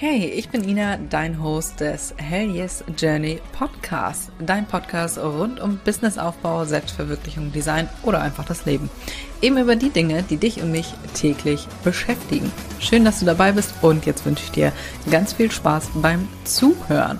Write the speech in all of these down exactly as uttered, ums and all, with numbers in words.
Hey, ich bin Ina, dein Host des Hell Yes Journey Podcast. Dein Podcast rund um Businessaufbau, Selbstverwirklichung, Design oder einfach das Leben. Eben über die Dinge, die dich und mich täglich beschäftigen. Schön, dass du dabei bist und jetzt wünsche ich dir ganz viel Spaß beim Zuhören.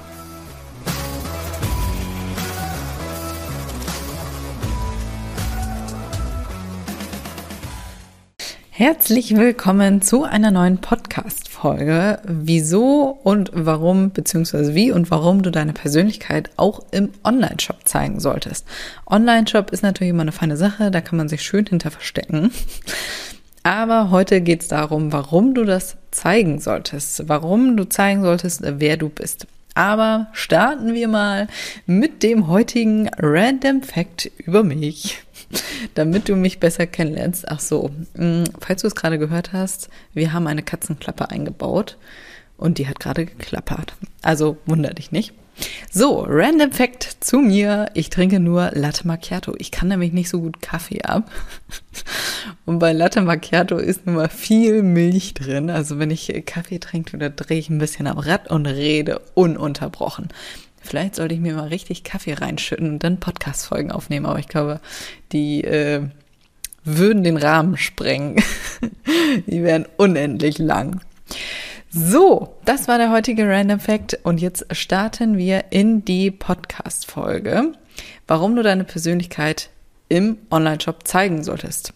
Herzlich willkommen zu einer neuen Podcast-Folge, wieso und warum, beziehungsweise wie und warum du deine Persönlichkeit auch im Online-Shop zeigen solltest. Online-Shop ist natürlich immer eine feine Sache, da kann man sich schön hinter verstecken. Aber heute geht es darum, warum du das zeigen solltest, warum du zeigen solltest, wer du bist. Aber starten wir mal mit dem heutigen Random Fact über mich, damit du mich besser kennenlernst. Ach so, falls du es gerade gehört hast, wir haben eine Katzenklappe eingebaut und die hat gerade geklappert. Also wunder dich nicht. So, Random Fact zu mir. Ich trinke nur Latte Macchiato. Ich kann nämlich nicht so gut Kaffee ab. Und bei Latte Macchiato ist nun mal viel Milch drin. Also wenn ich Kaffee trinke, da drehe ich ein bisschen am Rad und rede ununterbrochen. Vielleicht sollte ich mir mal richtig Kaffee reinschütten und dann Podcast-Folgen aufnehmen. Aber ich glaube, die äh, würden den Rahmen sprengen. Die wären unendlich lang. So, das war der heutige Random Fact und jetzt starten wir in die Podcast-Folge, warum du deine Persönlichkeit im Online-Shop zeigen solltest.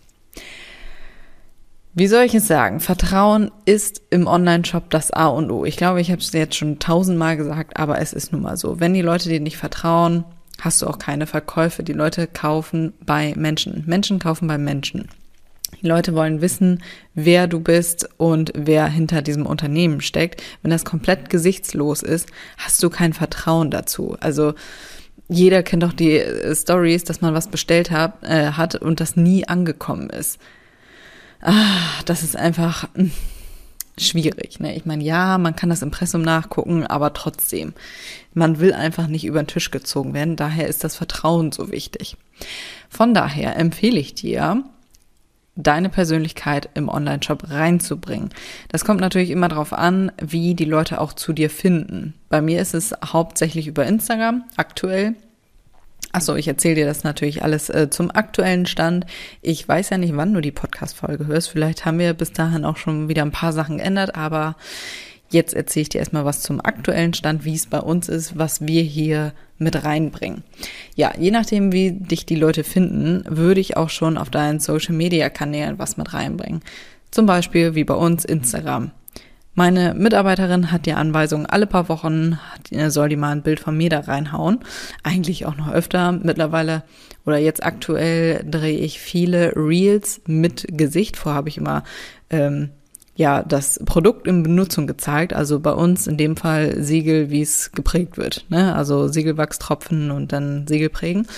Wie soll ich es sagen? Vertrauen ist im Online-Shop das A und O. Ich glaube, ich habe es jetzt schon tausendmal gesagt, aber es ist nun mal so. Wenn die Leute dir nicht vertrauen, hast du auch keine Verkäufe. Die Leute kaufen bei Menschen. Menschen kaufen bei Menschen. Die Leute wollen wissen, wer du bist und wer hinter diesem Unternehmen steckt. Wenn das komplett gesichtslos ist, hast du kein Vertrauen dazu. Also jeder kennt doch die Stories, dass man was bestellt hat, äh, hat und das nie angekommen ist. Ah, das ist einfach mh, schwierig, ne? Ich meine, ja, man kann das Impressum nachgucken, aber trotzdem, man will einfach nicht über den Tisch gezogen werden. Daher ist das Vertrauen so wichtig. Von daher empfehle ich dir, deine Persönlichkeit im Online-Shop reinzubringen. Das kommt natürlich immer darauf an, wie die Leute auch zu dir finden. Bei mir ist es hauptsächlich über Instagram aktuell. Achso, ich erzähle dir das natürlich alles äh, zum aktuellen Stand. Ich weiß ja nicht, wann du die Podcast-Folge hörst. Vielleicht haben wir bis dahin auch schon wieder ein paar Sachen geändert, aber jetzt erzähle ich dir erstmal was zum aktuellen Stand, wie es bei uns ist, was wir hier mit reinbringen. Ja, je nachdem, wie dich die Leute finden, würde ich auch schon auf deinen Social-Media-Kanälen was mit reinbringen. Zum Beispiel wie bei uns Instagram. Meine Mitarbeiterin hat die Anweisung, alle paar Wochen soll die mal ein Bild von mir da reinhauen. Eigentlich auch noch öfter. Mittlerweile oder jetzt aktuell drehe ich viele Reels mit Gesicht. Vorher habe ich immer ähm, ja das Produkt in Benutzung gezeigt. Also bei uns in dem Fall Siegel, wie es geprägt wird. Ne? Also Siegelwachstropfen und dann Siegel prägen.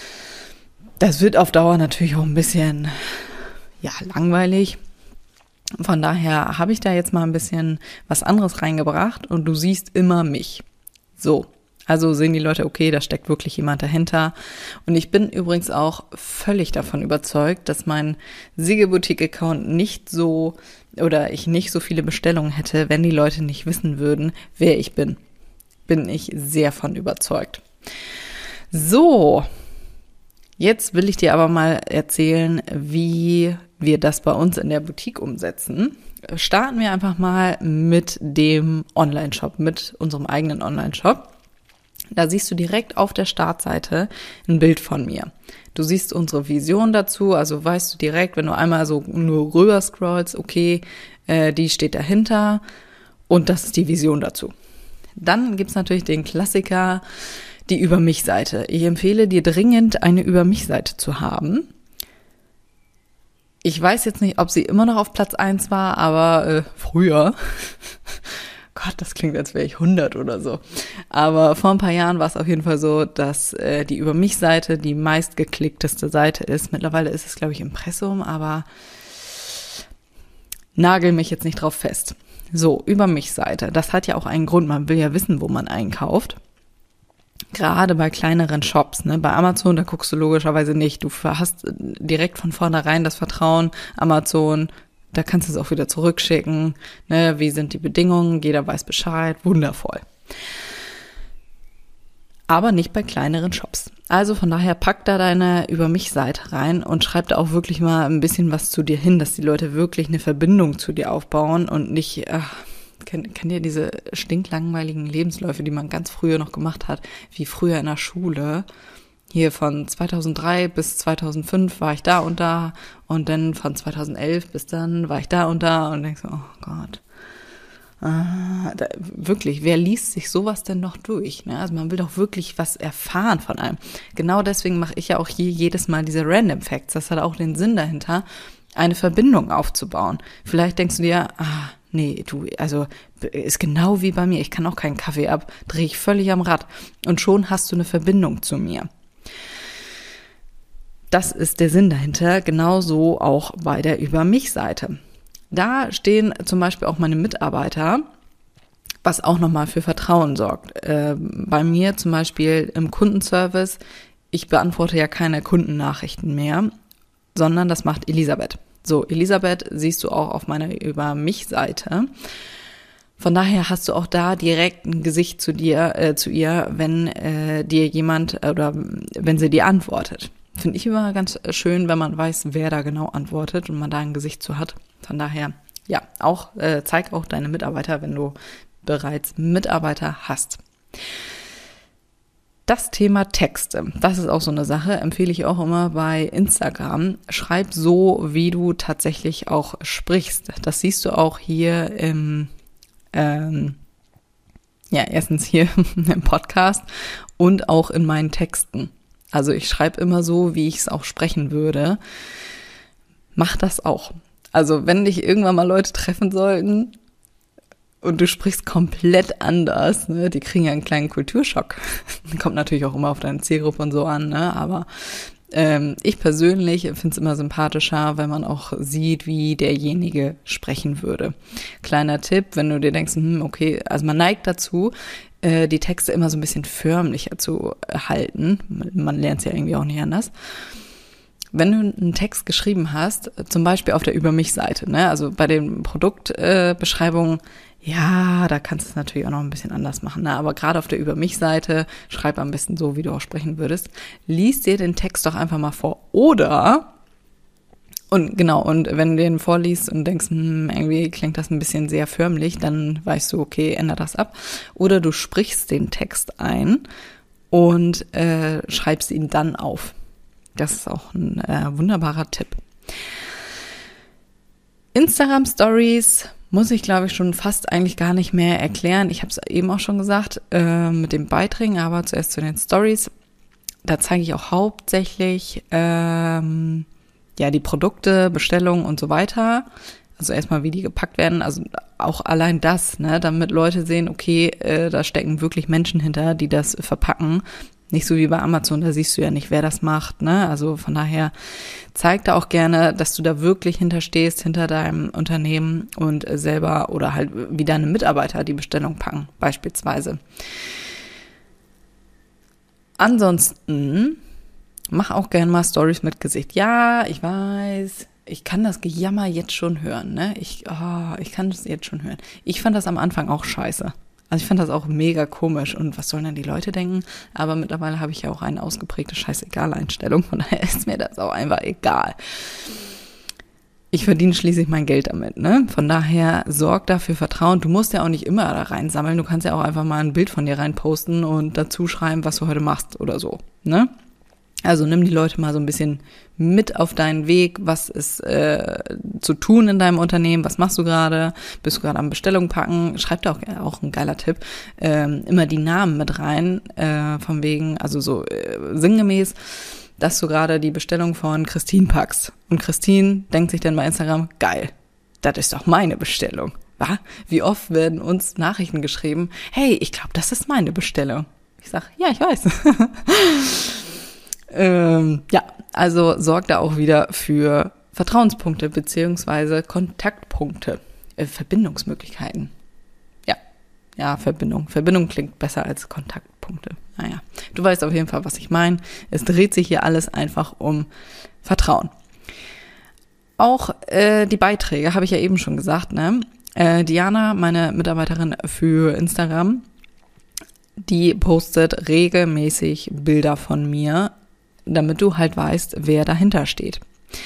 Das wird auf Dauer natürlich auch ein bisschen ja langweilig. Von daher habe ich da jetzt mal ein bisschen was anderes reingebracht und du siehst immer mich. So, also sehen die Leute, okay, da steckt wirklich jemand dahinter. Und ich bin übrigens auch völlig davon überzeugt, dass mein Siegelboutique-Account nicht so oder ich nicht so viele Bestellungen hätte, wenn die Leute nicht wissen würden, wer ich bin. Bin ich sehr von überzeugt. So, jetzt will ich dir aber mal erzählen, wie wir das bei uns in der Boutique umsetzen. Starten wir einfach mal mit dem Online-Shop, mit unserem eigenen Online-Shop. Da siehst du direkt auf der Startseite ein Bild von mir. Du siehst unsere Vision dazu, also weißt du direkt, wenn du einmal so nur rüber scrollst, okay, äh, die steht dahinter und das ist die Vision dazu. Dann gibt's natürlich den Klassiker, die Über-mich-Seite. Ich empfehle dir dringend, eine Über-mich-Seite zu haben. Ich weiß jetzt nicht, ob sie immer noch auf Platz eins war, aber äh, früher, Gott, das klingt, als wäre ich hundert oder so. Aber vor ein paar Jahren war es auf jeden Fall so, dass äh, die Über-mich-Seite die meistgeklickteste Seite ist. Mittlerweile ist es, glaube ich, Impressum, aber nagel mich jetzt nicht drauf fest. So, Über-mich-Seite, das hat ja auch einen Grund, man will ja wissen, wo man einkauft. Gerade bei kleineren Shops, ne, bei Amazon, da guckst du logischerweise nicht. Du hast direkt von vornherein das Vertrauen, Amazon Da kannst du es auch wieder zurückschicken. Ne? Wie sind die Bedingungen? Jeder weiß Bescheid. Wundervoll. Aber nicht bei kleineren Shops. Also von daher pack da deine Über-mich-Seite rein und schreib da auch wirklich mal ein bisschen was zu dir hin, dass die Leute wirklich eine Verbindung zu dir aufbauen und nicht, ach, kennt, kennt ihr diese stinklangweiligen Lebensläufe, die man ganz früher noch gemacht hat, wie früher in der Schule? Hier von zweitausenddrei bis zweitausendfünf war ich da und da und dann von zweitausendelf bis dann war ich da und da und denkst so, oh Gott. Ah, da, wirklich, wer liest sich sowas denn noch durch? Ne? Also man will doch wirklich was erfahren von einem. Genau deswegen mache ich ja auch hier jedes Mal diese Random Facts. Das hat auch den Sinn dahinter, eine Verbindung aufzubauen. Vielleicht denkst du dir, ah, nee, du, also ist genau wie bei mir. Ich kann auch keinen Kaffee ab, drehe ich völlig am Rad. Und schon hast du eine Verbindung zu mir. Das ist der Sinn dahinter, genauso auch bei der Über-mich-Seite. Da stehen zum Beispiel auch meine Mitarbeiter, was auch nochmal für Vertrauen sorgt. Äh, bei mir zum Beispiel im Kundenservice, ich beantworte ja keine Kundennachrichten mehr, sondern das macht Elisabeth. So, Elisabeth siehst du auch auf meiner Über-mich-Seite. Von daher hast du auch da direkt ein Gesicht zu dir, äh, zu ihr, wenn äh, dir jemand oder wenn sie dir antwortet. Finde ich immer ganz schön, wenn man weiß, wer da genau antwortet und man da ein Gesicht zu hat. Von daher, ja, auch äh, zeig auch deine Mitarbeiter, wenn du bereits Mitarbeiter hast. Das Thema Texte, das ist auch so eine Sache, empfehle ich auch immer bei Instagram. Schreib so, wie du tatsächlich auch sprichst. Das siehst du auch hier im, ähm, ja, erstens hier im Podcast und auch in meinen Texten. Also ich schreibe immer so, wie ich es auch sprechen würde. Mach das auch. Also wenn dich irgendwann mal Leute treffen sollten und du sprichst komplett anders, ne, die kriegen ja einen kleinen Kulturschock. Kommt natürlich auch immer auf deine Zielgruppe und so an, ne, aber ähm, ich persönlich finde es immer sympathischer, wenn man auch sieht, wie derjenige sprechen würde. Kleiner Tipp, wenn du dir denkst, hm, okay, also man neigt dazu, äh, die Texte immer so ein bisschen förmlicher zu halten. Man lernt es ja irgendwie auch nicht anders. Wenn du einen Text geschrieben hast, zum Beispiel auf der Über-mich-Seite, ne, also bei den Produktbeschreibungen, äh, ja, da kannst du es natürlich auch noch ein bisschen anders machen, ne, aber gerade auf der Über-mich-Seite, schreib am besten so, wie du auch sprechen würdest, lies dir den Text doch einfach mal vor. Oder, und genau, und wenn du den vorliest und denkst, hm, irgendwie klingt das ein bisschen sehr förmlich, dann weißt du, okay, ändere das ab. Oder du sprichst den Text ein und äh, schreibst ihn dann auf. Das ist auch ein äh, wunderbarer Tipp. Instagram Stories muss ich, glaube ich, schon fast eigentlich gar nicht mehr erklären. Ich habe es eben auch schon gesagt äh, mit den Beiträgen, aber zuerst zu den Stories. Da zeige ich auch hauptsächlich ähm, ja die Produkte, Bestellungen und so weiter. Also erstmal, wie die gepackt werden. Also auch allein das, ne, damit Leute sehen, okay, äh, da stecken wirklich Menschen hinter, die das verpacken. Nicht so wie bei Amazon, da siehst du ja nicht, wer das macht, ne? Also von daher zeig da auch gerne, dass du da wirklich hinterstehst, hinter deinem Unternehmen und selber oder halt wie deine Mitarbeiter die Bestellung packen, beispielsweise. Ansonsten mach auch gerne mal Stories mit Gesicht. Ja, ich weiß, ich kann das Gejammer jetzt schon hören, ne? Ich, oh, ich kann das jetzt schon hören. Ich fand das am Anfang auch scheiße. Also ich fand das auch mega komisch und was sollen denn die Leute denken? Aber mittlerweile habe ich ja auch eine ausgeprägte Scheißegal-Einstellung, von daher ist mir das auch einfach egal. Ich verdiene schließlich mein Geld damit, ne? Von daher sorg dafür Vertrauen. Du musst ja auch nicht immer da reinsammeln, du kannst ja auch einfach mal ein Bild von dir reinposten und dazu schreiben, was du heute machst oder so, ne? Also nimm die Leute mal so ein bisschen mit auf deinen Weg, was ist äh, zu tun in deinem Unternehmen, was machst du gerade, bist du gerade am Bestellung packen, schreib da auch, auch ein geiler Tipp, ähm, immer die Namen mit rein, äh, von wegen, also so äh, sinngemäß, dass du gerade die Bestellung von Christine packst. Und Christine denkt sich dann bei Instagram, geil, das ist doch meine Bestellung. wa? Wie oft werden uns Nachrichten geschrieben, hey, ich glaube, das ist meine Bestellung. Ich sage, ja, ich weiß. ähm, ja, also sorgt da auch wieder für Vertrauenspunkte beziehungsweise Kontaktpunkte, äh, Verbindungsmöglichkeiten. Ja, ja, Verbindung. Verbindung klingt besser als Kontaktpunkte. Naja, du weißt auf jeden Fall, was ich meine. Es dreht sich hier alles einfach um Vertrauen. Auch äh, die Beiträge, habe ich ja eben schon gesagt, ne? Äh, Diana, meine Mitarbeiterin für Instagram, die postet regelmäßig Bilder von mir, damit du halt weißt, wer dahinter steht.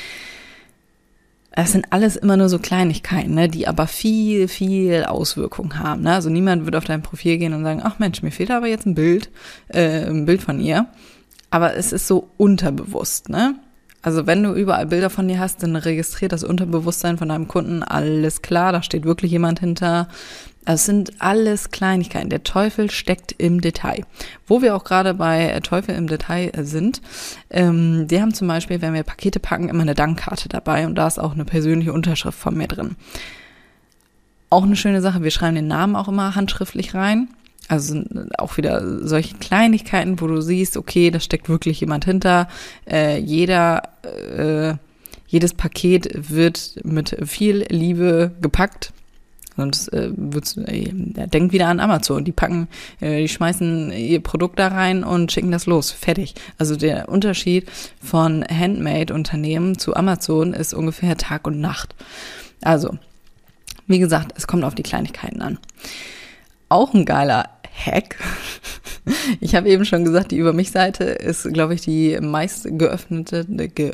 Das sind alles immer nur so Kleinigkeiten, ne, die aber viel, viel Auswirkung haben. Ne? Also niemand wird auf dein Profil gehen und sagen, ach Mensch, mir fehlt aber jetzt ein Bild, äh, ein Bild von ihr. Aber es ist so unterbewusst, ne? Also wenn du überall Bilder von dir hast, dann registriert das Unterbewusstsein von deinem Kunden, alles klar, da steht wirklich jemand hinter. Also es sind alles Kleinigkeiten. Der Teufel steckt im Detail. Wo wir auch gerade bei Teufel im Detail sind, ähm, die haben zum Beispiel, wenn wir Pakete packen, immer eine Dankkarte dabei und da ist auch eine persönliche Unterschrift von mir drin. Auch eine schöne Sache, wir schreiben den Namen auch immer handschriftlich rein. Also auch wieder solche Kleinigkeiten, wo du siehst, okay, da steckt wirklich jemand hinter. Äh, jeder, äh, jedes Paket wird mit viel Liebe gepackt. Und äh, wird's, äh, denkt wieder an Amazon. Die packen, äh, die schmeißen ihr Produkt da rein und schicken das los. Fertig. Also der Unterschied von Handmade-Unternehmen zu Amazon ist ungefähr Tag und Nacht. Also, wie gesagt, es kommt auf die Kleinigkeiten an. Auch ein geiler Hack. Ich habe eben schon gesagt, die Über mich-Seite ist, glaube ich, die meist geöffnete, ge,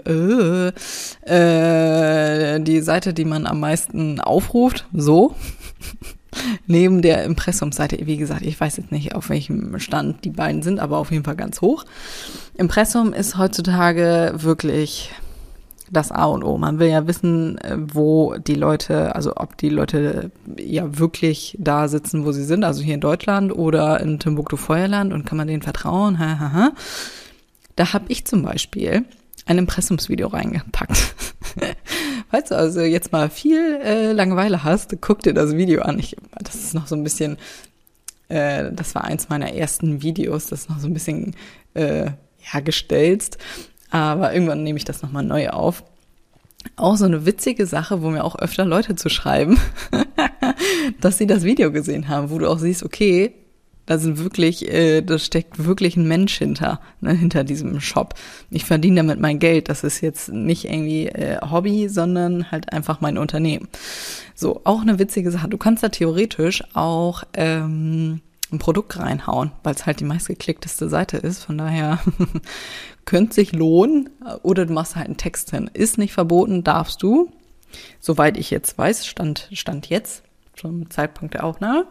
äh, die Seite, die man am meisten aufruft. So. Neben der Impressumsseite, wie gesagt, ich weiß jetzt nicht, auf welchem Stand die beiden sind, aber auf jeden Fall ganz hoch. Impressum ist heutzutage wirklich das A und O. Man will ja wissen, wo die Leute, also ob die Leute ja wirklich da sitzen, wo sie sind, also hier in Deutschland oder in Timbuktu Feuerland und kann man denen vertrauen? Ha, ha, ha. Da habe ich zum Beispiel ein Impressumsvideo reingepackt. Falls du also jetzt mal viel äh, Langeweile hast, guck dir das Video an. Ich, das ist noch so ein bisschen, äh, das war eins meiner ersten Videos, das ist noch so ein bisschen äh, ja, gestelzt. Aber irgendwann nehme ich das nochmal neu auf. Auch so eine witzige Sache, wo mir auch öfter Leute zu schreiben, dass sie das Video gesehen haben, wo du auch siehst, okay, da sind wirklich, äh, da steckt wirklich ein Mensch hinter, ne, hinter diesem Shop. Ich verdiene damit mein Geld. Das ist jetzt nicht irgendwie äh, Hobby, sondern halt einfach mein Unternehmen. So, auch eine witzige Sache. Du kannst da theoretisch auch ähm, ein Produkt reinhauen, weil es halt die meistgeklickteste Seite ist. Von daher könnte sich lohnen. Oder du machst halt einen Text hin. Ist nicht verboten, darfst du. Soweit ich jetzt weiß, stand, stand jetzt, zum Zeitpunkt der Aufnahme.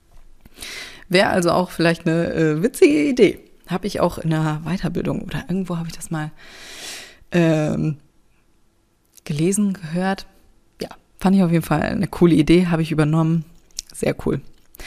Wäre also auch vielleicht eine äh, witzige Idee. Habe ich auch in der Weiterbildung oder irgendwo habe ich das mal ähm, gelesen, gehört. Ja, fand ich auf jeden Fall eine coole Idee, habe ich übernommen. Sehr cool.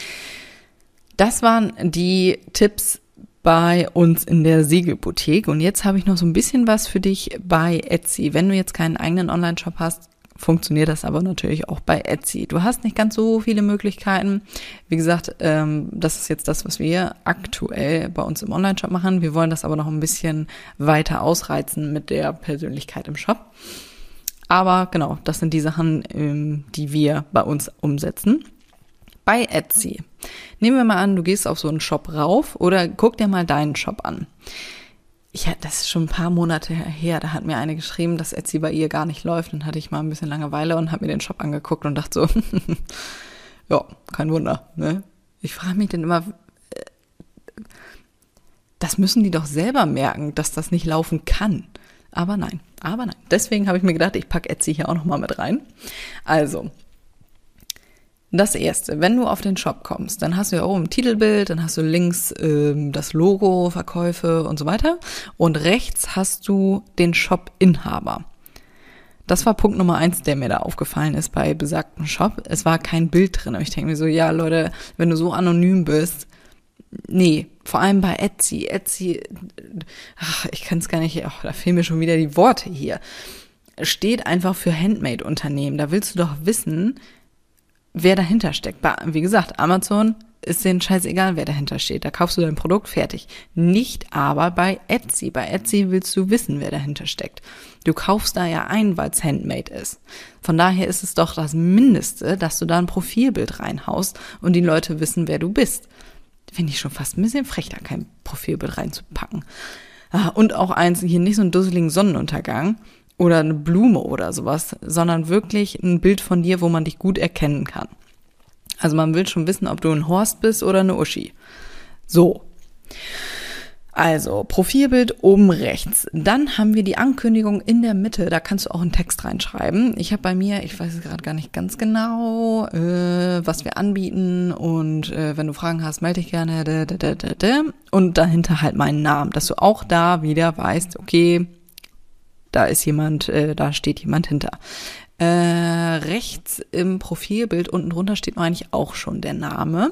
Das waren die Tipps bei uns in der Siegelboutique. Und jetzt habe ich noch so ein bisschen was für dich bei Etsy. Wenn du jetzt keinen eigenen Online-Shop hast, funktioniert das aber natürlich auch bei Etsy. Du hast nicht ganz so viele Möglichkeiten. Wie gesagt, ähm, das ist jetzt das, was wir aktuell bei uns im Online-Shop machen. Wir wollen das aber noch ein bisschen weiter ausreizen mit der Persönlichkeit im Shop. Aber genau, das sind die Sachen, ähm, die wir bei uns umsetzen. Bei Etsy. Nehmen wir mal an, du gehst auf so einen Shop rauf oder guck dir mal deinen Shop an. Ich, das ist schon ein paar Monate her, da hat mir eine geschrieben, dass Etsy bei ihr gar nicht läuft. Dann hatte ich mal ein bisschen Langeweile und habe mir den Shop angeguckt und dachte so, ja, kein Wunder. Ne? Ich frage mich dann immer, das müssen die doch selber merken, dass das nicht laufen kann. Aber nein, aber nein. Deswegen habe ich mir gedacht, ich packe Etsy hier auch nochmal mit rein. Also, das Erste, wenn du auf den Shop kommst, dann hast du ja oben ein Titelbild, dann hast du links ähm, das Logo, Verkäufe und so weiter und rechts hast du den Shop-Inhaber. Das war Punkt Nummer eins, der mir da aufgefallen ist bei besagtem Shop. Es war kein Bild drin. Und ich denke mir so, ja Leute, wenn du so anonym bist, nee, vor allem bei Etsy. Etsy, ach, ich kann es gar nicht, ach, da fehlen mir schon wieder die Worte hier. Steht einfach für Handmade-Unternehmen. Da willst du doch wissen, wer dahinter steckt. Wie gesagt, Amazon ist denen scheißegal, wer dahinter steht. Da kaufst du dein Produkt, fertig. Nicht aber bei Etsy. Bei Etsy willst du wissen, wer dahinter steckt. Du kaufst da ja ein, weil es Handmade ist. Von daher ist es doch das Mindeste, dass du da ein Profilbild reinhaust und die Leute wissen, wer du bist. Finde ich schon fast ein bisschen frech, da kein Profilbild reinzupacken. Und auch eins, hier nicht so einen dusseligen Sonnenuntergang. oder eine Blume oder sowas, sondern wirklich ein Bild von dir, wo man dich gut erkennen kann. Also man will schon wissen, ob du ein Horst bist oder eine Uschi. So. Also, Profilbild oben rechts. Dann haben wir die Ankündigung in der Mitte. Da kannst du auch einen Text reinschreiben. Ich habe bei mir, ich weiß es gerade gar nicht ganz genau, äh, was wir anbieten. Und äh, wenn du Fragen hast, melde dich gerne. Da, da, da, da, da. Und dahinter halt meinen Namen, dass du auch da wieder weißt, okay, da ist jemand, äh, da steht jemand hinter. Äh, rechts im Profilbild unten drunter steht noch eigentlich auch schon der Name.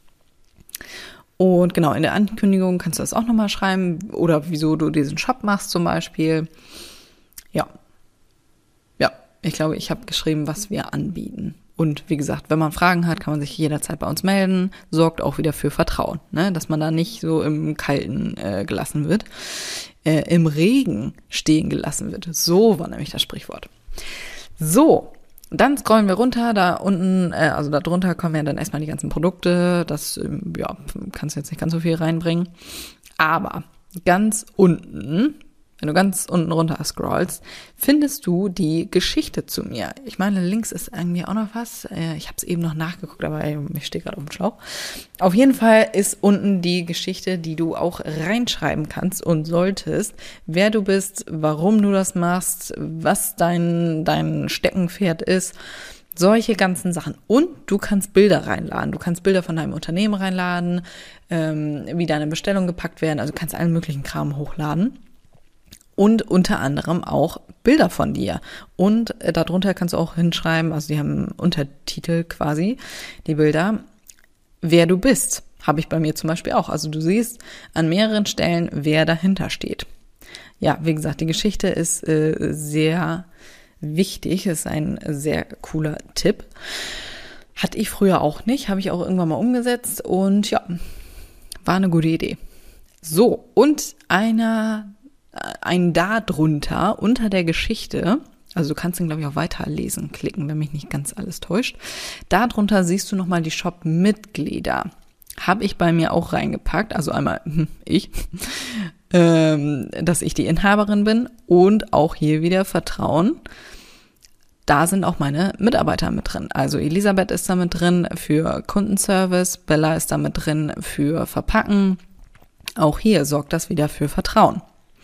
Und genau, in der Ankündigung kannst du das auch nochmal schreiben oder wieso du diesen Shop machst zum Beispiel. Ja, ja, ich glaube, ich habe geschrieben, was wir anbieten. Und wie gesagt, wenn man Fragen hat, kann man sich jederzeit bei uns melden. Sorgt auch wieder für Vertrauen, ne? Dass man da nicht so im Kalten äh, gelassen wird, äh, im Regen stehen gelassen wird. So war nämlich das Sprichwort. So. Dann scrollen wir runter, da unten, äh, also da drunter kommen ja dann erstmal die ganzen Produkte, das, ähm, ja, kannst du jetzt nicht ganz so viel reinbringen, aber ganz unten, wenn du ganz unten runter scrollst, findest du die Geschichte zu mir. Ich meine, links ist irgendwie auch noch was, äh, ich habe es eben noch nachgeguckt, aber ich stehe gerade auf dem Schlauch. Auf jeden Fall ist unten die Geschichte, die du auch reinschreiben kannst und solltest, wer du bist, warum du das machst, was dein, dein Steckenpferd ist, solche ganzen Sachen. Und du kannst Bilder reinladen. Du kannst Bilder von deinem Unternehmen reinladen, ähm, wie deine Bestellungen gepackt werden, also du kannst allen möglichen Kram hochladen. Und unter anderem auch Bilder von dir. Und äh, darunter kannst du auch hinschreiben, also die haben Untertitel quasi, die Bilder, wer du bist. Habe ich bei mir zum Beispiel auch. Also du siehst an mehreren Stellen, wer dahinter steht. Ja, wie gesagt, die Geschichte ist äh, sehr wichtig, ist ein sehr cooler Tipp. Hatte ich früher auch nicht, habe ich auch irgendwann mal umgesetzt und ja, war eine gute Idee. So, und einer... ein da drunter, unter der Geschichte, also du kannst ihn, glaube ich, auch weiterlesen, klicken, wenn mich nicht ganz alles täuscht. Da drunter siehst du nochmal die Shop-Mitglieder. Habe ich bei mir auch reingepackt, also einmal ich, ähm, dass ich die Inhaberin bin und auch hier wieder Vertrauen. Da sind auch meine Mitarbeiter mit drin. Also Elisabeth ist da mit drin für Kundenservice, Bella ist da mit drin für Verpacken. Auch hier sorgt das wieder für Vertrauen.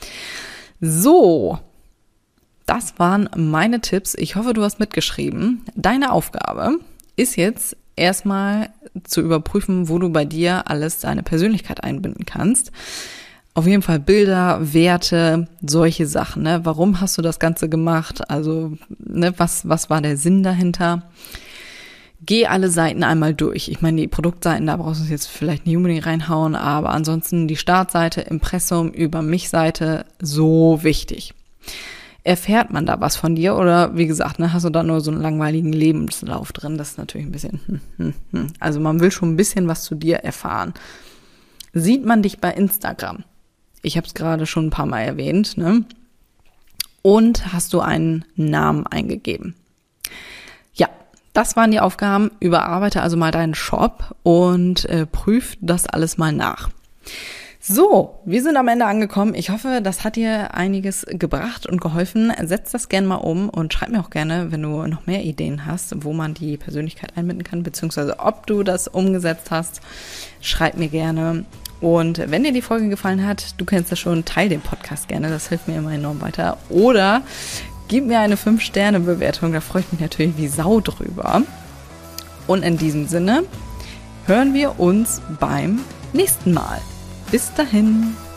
So, das waren meine Tipps. Ich hoffe, du hast mitgeschrieben. Deine Aufgabe ist jetzt erstmal zu überprüfen, wo du bei dir alles deine Persönlichkeit einbinden kannst. Auf jeden Fall Bilder, Werte, solche Sachen. Ne? Warum hast du das Ganze gemacht? Also, ne, was, was war der Sinn dahinter? Geh alle Seiten einmal durch. Ich meine, die Produktseiten, da brauchst du es jetzt vielleicht nicht unbedingt reinhauen, aber ansonsten die Startseite, Impressum, über mich Seite, so wichtig. Erfährt man da was von dir oder wie gesagt, ne, hast du da nur so einen langweiligen Lebenslauf drin? Das ist natürlich ein bisschen, hm, hm, hm. Also man will schon ein bisschen was zu dir erfahren. Sieht man dich bei Instagram? Ich habe es gerade schon ein paar Mal erwähnt, ne? Und hast du einen Namen eingegeben? Ja. Das waren die Aufgaben. Überarbeite also mal deinen Shop und äh, prüf das alles mal nach. So, wir sind am Ende angekommen. Ich hoffe, das hat dir einiges gebracht und geholfen. Setz das gerne mal um und schreib mir auch gerne, wenn du noch mehr Ideen hast, wo man die Persönlichkeit einbinden kann, beziehungsweise ob du das umgesetzt hast. Schreib mir gerne. Und wenn dir die Folge gefallen hat, du kennst das schon, teil den Podcast gerne. Das hilft mir immer enorm weiter. Oder gib mir eine fünf Sterne Bewertung, da freue ich mich natürlich wie Sau drüber. Und in diesem Sinne hören wir uns beim nächsten Mal. Bis dahin.